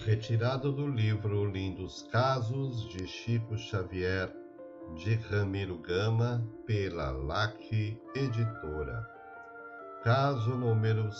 Retirado do livro Lindos Casos de Chico Xavier, de Ramiro Gama, pela LAC Editora. Caso número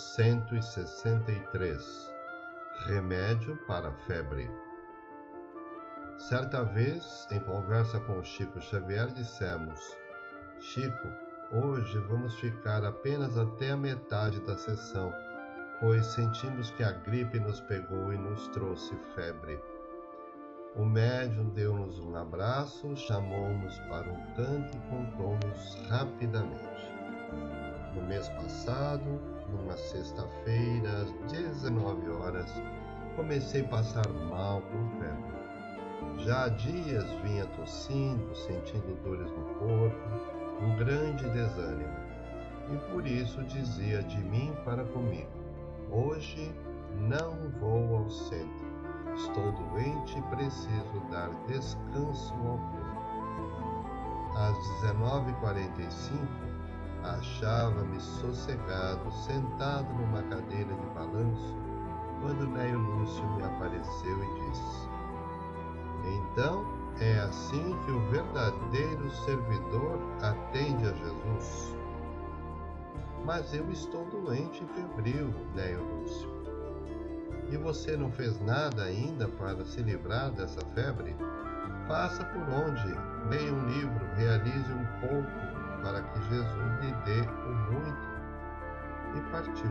163. Remédio para a febre. Certa vez, em conversa com Chico Xavier, dissemos: Chico, hoje vamos ficar apenas até a metade da sessão, pois sentimos que a gripe nos pegou e nos trouxe febre. O médium deu-nos um abraço, chamou-nos para um canto e contou-nos rapidamente. No mês passado, numa sexta-feira, às 19 horas, comecei a passar mal com febre. Já há dias vinha tossindo, sentindo dores no corpo, um grande desânimo. E por isso dizia de mim para comigo: hoje não vou ao centro. Estou doente e preciso dar descanso ao corpo. Às 19h45, achava-me sossegado, sentado numa cadeira de balanço, quando Neio Lúcio me apareceu e disse: então, é assim que o verdadeiro servidor atende a Jesus? Mas eu estou doente e febril, Neio Lúcio. E você não fez nada ainda para se livrar dessa febre? Faça por onde, leia um livro, realize um pouco para que Jesus lhe dê o muito. E partiu.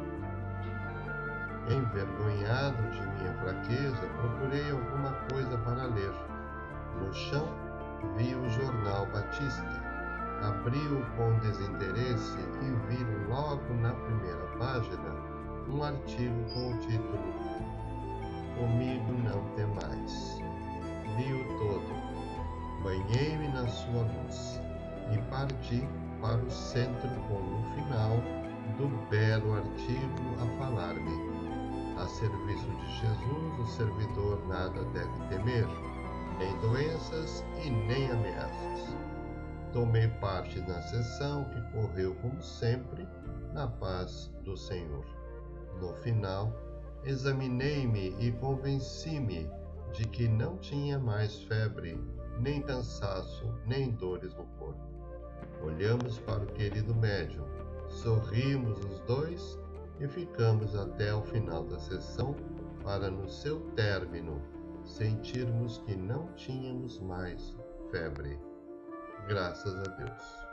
Envergonhado de minha fraqueza, procurei alguma coisa para ler. No chão, vi o Jornal Batista. Abri-o com desinteresse e vi logo na primeira página um artigo com o título Comigo não tem mais. Li-o todo, banhei-me na sua luz e parti para o centro com o final do belo artigo a falar-me: a serviço de Jesus o servidor nada deve temer, nem doenças e nem ameaças. Tomei parte na sessão que correu como sempre, na paz do Senhor. No final, examinei-me e convenci-me de que não tinha mais febre, nem cansaço, nem dores no corpo. Olhamos para o querido médium, sorrimos os dois e ficamos até o final da sessão para, no seu término, sentirmos que não tínhamos mais febre. Graças a Deus.